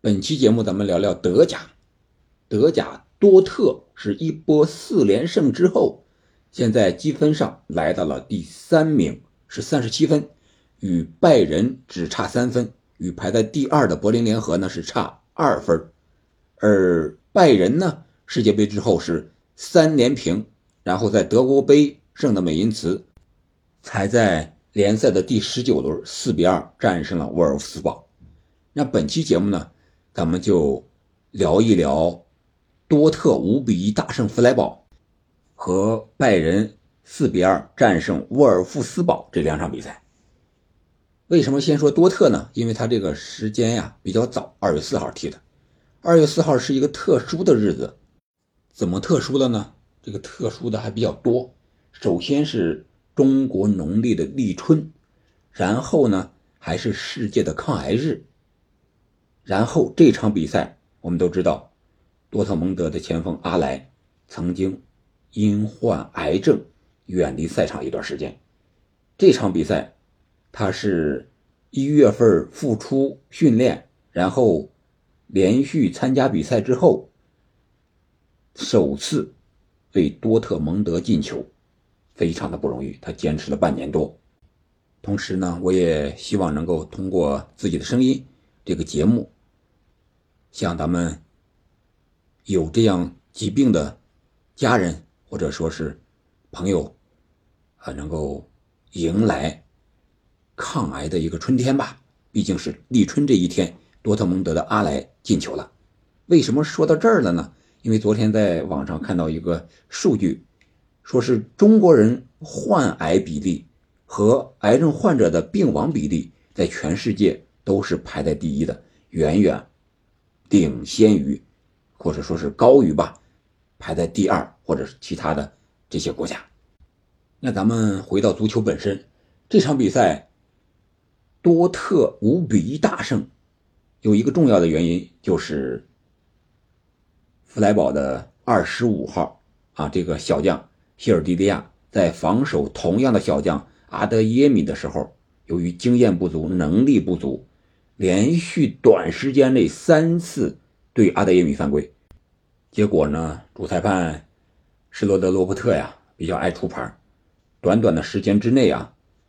本期节目咱们聊聊德甲。德甲多特是一波4连胜之后，现在积分上来到了第3名，是37分，与拜仁只差3分，与排在第2的柏林联合呢是差2分。而拜仁呢，世界杯之后是3连平，然后在德国杯胜的美因茨，才在联赛的第19轮4-2战胜了沃尔夫斯堡。那本期节目呢，咱们就聊一聊多特5-1大胜弗莱堡和拜仁4-2战胜沃尔夫斯堡这2场比赛。为什么先说多特呢？因为它这个时间比较早，2月4号踢的。2月4号是一个特殊的日子。怎么特殊的呢？这个特殊的还比较多。首先是中国农历的立春，然后呢还是世界的抗癌日。然后这场比赛我们都知道，多特蒙德的前锋阿莱曾经因患癌症远离赛场一段时间。这场比赛他是1月份复出训练，然后连续参加比赛之后，首次为多特蒙德进球，非常的不容易，他坚持了半年多。同时呢，我也希望能够通过自己的声音这个节目，向咱们有这样疾病的家人或者说是朋友能够迎来抗癌的一个春天吧。毕竟是立春这一天，多特蒙德的阿莱进球了。为什么说到这儿了呢？因为昨天在网上看到一个数据，说是中国人患癌比例和癌症患者的病亡比例在全世界都是排在第1的，远远领先于或者说是高于吧，排在第2或者是其他的这些国家。那咱们回到足球本身，这场比赛多特5-1大胜，有一个重要的原因就是弗莱堡的25号这个小将希尔迪利亚在防守同样的小将阿德耶米的时候，由于经验不足，能力不足，连续短时间内3次对阿德耶米犯规。结果呢，主裁判施罗德罗伯特比较爱出牌，短短的时间之内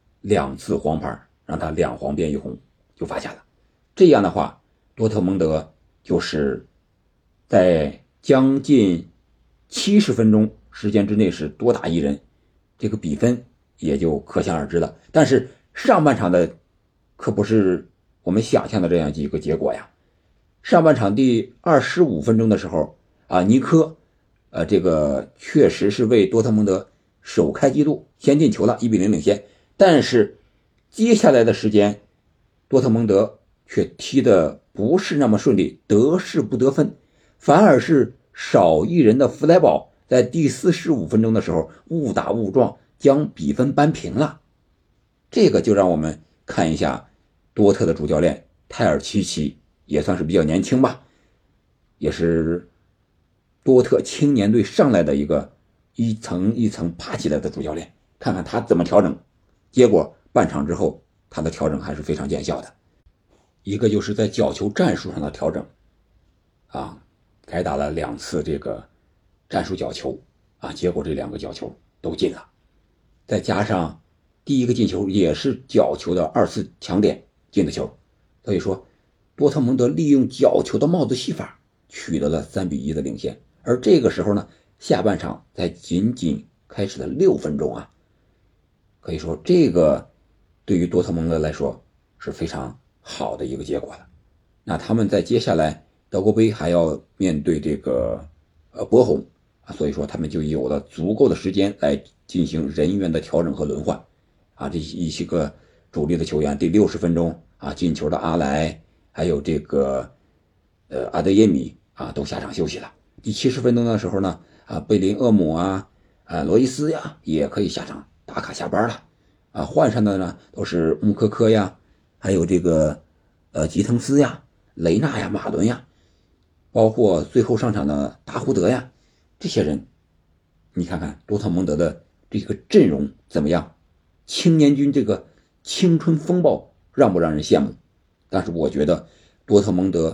2次黄牌，让他2黄变1红就罚下了。这样的话，多特蒙德就是在将近70分钟时间之内是多打1人，这个比分也就可想而知了。但是上半场的可不是我们想象的这样一个结果呀。上半场第25分钟的时候尼科这个确实是为多特蒙德首开纪录，先进球了，1-0领先。但是接下来的时间多特蒙德却踢得不是那么顺利，得势不得分，反而是少1人的弗莱堡在第45分钟的时候误打误撞将比分扳平了。这个就让我们看一下多特的主教练泰尔齐奇，也算是比较年轻吧，也是多特青年队上来的一层一层爬起来的主教练，看看他怎么调整。结果半场之后他的调整还是非常见效的。一个就是在角球战术上的调整改打了2次这个战术角球结果这2个角球都进了。再加上第1个进球也是角球的2次抢点进的球，所以说多特蒙德利用角球的帽子戏法取得了3-1的领先。而这个时候呢，下半场才仅仅开始了6分钟可以说这个对于多特蒙德来说是非常好的一个结果了。那他们在接下来德国杯还要面对这个博红所以说他们就有了足够的时间来进行人员的调整和轮换这一些个主力的球员，第60分钟进球的阿莱还有这个阿德耶米都下场休息了。第70分钟的时候呢贝林厄姆罗伊斯也可以下场打卡下班了换上的呢都是穆科科还有这个吉滕斯雷纳马伦包括最后上场的达胡德这些人，你看看多特蒙德的这个阵容怎么样？青年军这个青春风暴让不让人羡慕？但是我觉得多特蒙德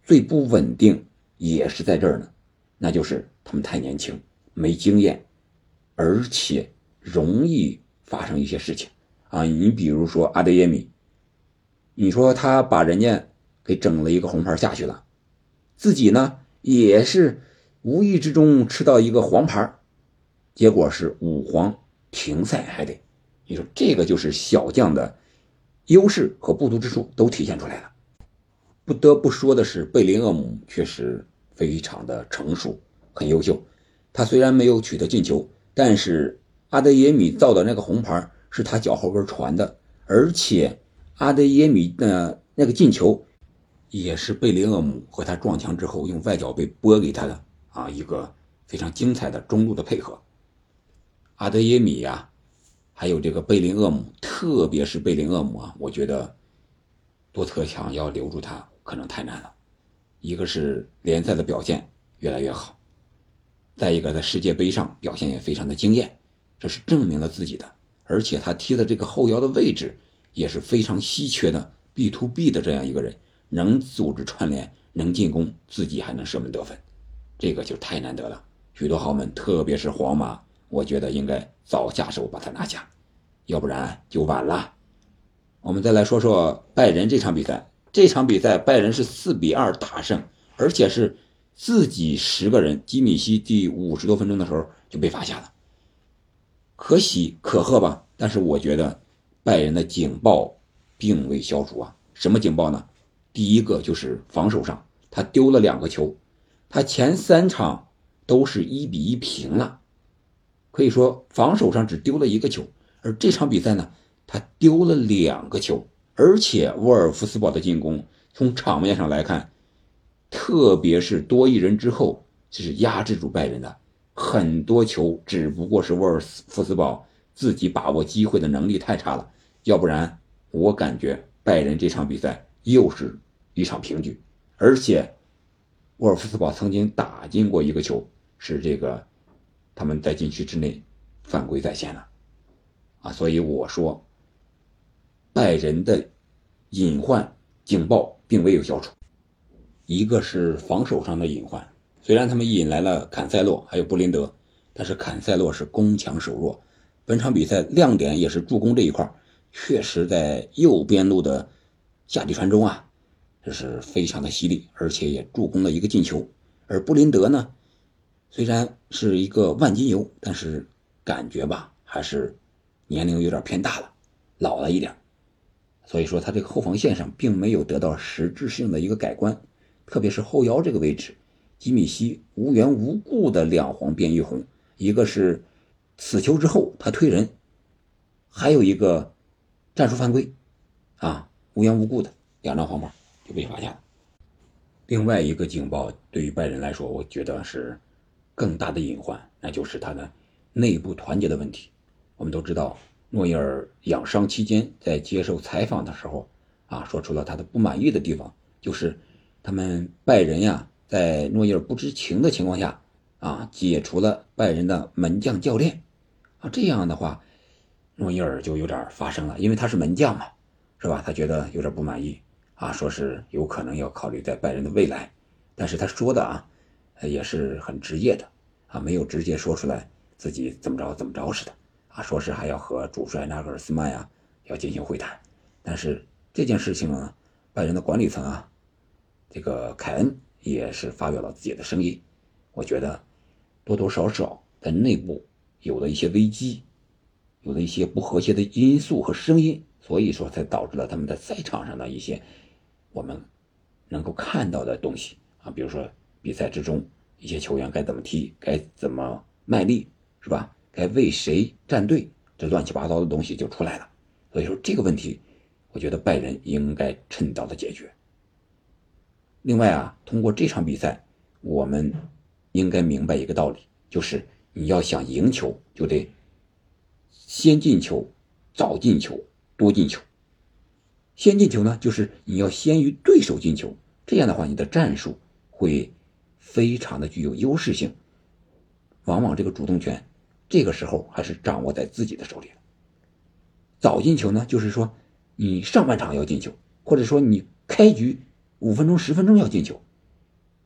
最不稳定也是在这儿呢，那就是他们太年轻，没经验，而且容易发生一些事情啊。你比如说阿德耶米，你说他把人家给整了一个红牌下去了，自己呢也是无意之中吃到一个黄牌，结果是5黄停赛，还得你说这个就是小将的优势和不足之处都体现出来了。不得不说的是，贝林厄姆确实非常的成熟，很优秀。他虽然没有取得进球，但是阿德耶米造的那个红牌是他脚后跟传的，而且阿德耶米的那个进球也是贝林厄姆和他撞墙之后用外脚背拨给他的啊，一个非常精彩的中路的配合。阿德耶米呀，还有这个贝林厄姆，特别是贝林厄姆啊，我觉得多特想要留住他可能太难了。一个是联赛的表现越来越好，再一个在世界杯上表现也非常的惊艳，这是证明了自己的。而且他踢的这个后腰的位置也是非常稀缺的 B2B 的这样一个人，能组织串联，能进攻，自己还能射门得分，这个就太难得了。许多豪门，特别是皇马，我觉得应该早下手把他拿下，要不然就晚了。我们再来说说拜仁这场比赛。这场比赛拜仁是4-2大胜，而且是自己10个人，基米希第50多分钟的时候就被罚下了，可喜可贺吧。但是我觉得拜仁的警报并未消除啊。什么警报呢？第一个就是防守上，他丢了2个球，他前3场都是1-1平了，可以说防守上只丢了1个球，而这场比赛呢，他丢了2个球。而且沃尔夫斯堡的进攻从场面上来看，特别是多一人之后，就是压制住拜仁的很多球，只不过是沃尔夫斯堡自己把握机会的能力太差了，要不然我感觉拜仁这场比赛又是一场平局。而且沃尔夫斯堡曾经打进过1个球，是这个他们在禁区之内犯规在先了啊，所以我说拜仁的隐患警报并未有消除。一个是防守上的隐患，虽然他们引来了坎塞洛还有布林德，但是坎塞洛是攻强守弱。本场比赛亮点也是助攻这一块，确实在右边路的下底传中啊，这是非常的犀利，而且也助攻了1个进球。而布林德呢，虽然是一个万金油，但是感觉吧还是年龄有点偏大了，老了一点，所以说他这个后防线上并没有得到实质性的一个改观，特别是后腰这个位置，基米希无缘无故的2黄变1红，一个是死球之后他推人，还有一个战术犯规啊，无缘无故的2张黄牌就被罚下了。另外一个警报对于拜仁来说，我觉得是更大的隐患，那就是他的内部团结的问题。我们都知道诺伊尔养伤期间在接受采访的时候啊，说出了他的不满意的地方，就是他们拜仁呀，在诺伊尔不知情的情况下啊，解除了拜仁的门将教练啊，这样的话诺伊尔就有点发生了，因为他是门将嘛，是吧？他觉得有点不满意啊，说是有可能要考虑在拜仁的未来，但是他说的啊也是很职业的啊，没有直接说出来自己怎么着似的啊，说是还要和主帅纳格尔斯曼呀要进行会谈。但是这件事情呢，拜仁的管理层啊，这个凯恩也是发表了自己的声音，我觉得多多少少在内部有了一些危机，有了一些不和谐的因素和声音，所以说才导致了他们在赛场上的一些我们能够看到的东西啊，比如说比赛之中一些球员该怎么踢，该怎么卖力，是吧？该为谁站队，这乱七八糟的东西就出来了。所以说这个问题，我觉得拜仁应该趁早的解决。另外啊，通过这场比赛，我们应该明白一个道理，就是你要想赢球，就得先进球、早进球、多进球。先进球呢，就是你要先于对手进球，这样的话你的战术会非常的具有优势性，往往这个主动权这个时候还是掌握在自己的手里的。早进球呢，就是说你上半场要进球，或者说你开局5分钟10分钟要进球，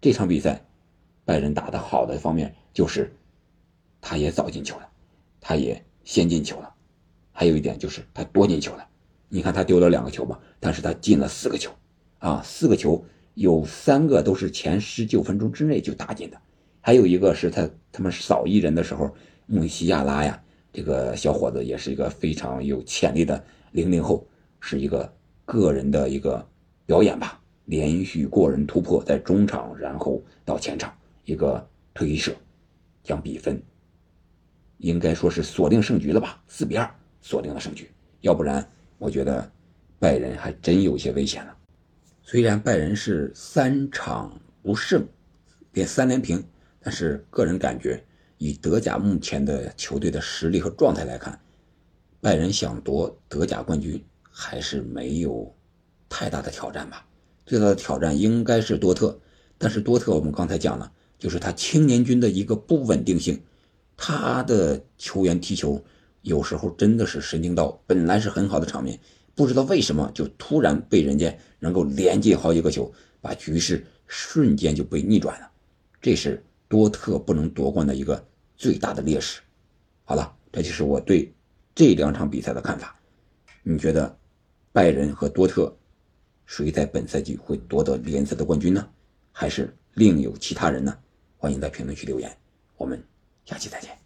这场比赛拜仁打得好的方面就是他也早进球了，他也先进球了，还有一点就是他多进球了。你看他丢了2个球吧，但是他进了4个球，4个球有3个都是前19分钟之内就打进的，还有一个是他们扫1人的时候，穆西亚拉呀，这个小伙子也是一个非常有潜力的00后，是一个个人的一个表演吧，连续过人突破在中场，然后到前场一个推射，将比分应该说是锁定胜局了吧，4-2锁定了胜局，要不然我觉得拜仁还真有些危险了。虽然拜仁是3场不胜，连3连平，但是个人感觉以德甲目前的球队的实力和状态来看，拜仁想夺德甲冠军还是没有太大的挑战吧。最大的挑战应该是多特，但是多特我们刚才讲了，就是他青年军的一个不稳定性，他的球员踢球有时候真的是神经刀，本来是很好的场面，不知道为什么就突然被人家能够连进好几个球，把局势瞬间就被逆转了，这是多特不能夺冠的一个最大的劣势。好了，这就是我对这2场比赛的看法。你觉得拜仁和多特谁在本赛季会夺得联赛的冠军呢？还是另有其他人呢？欢迎在评论区留言，我们下期再见。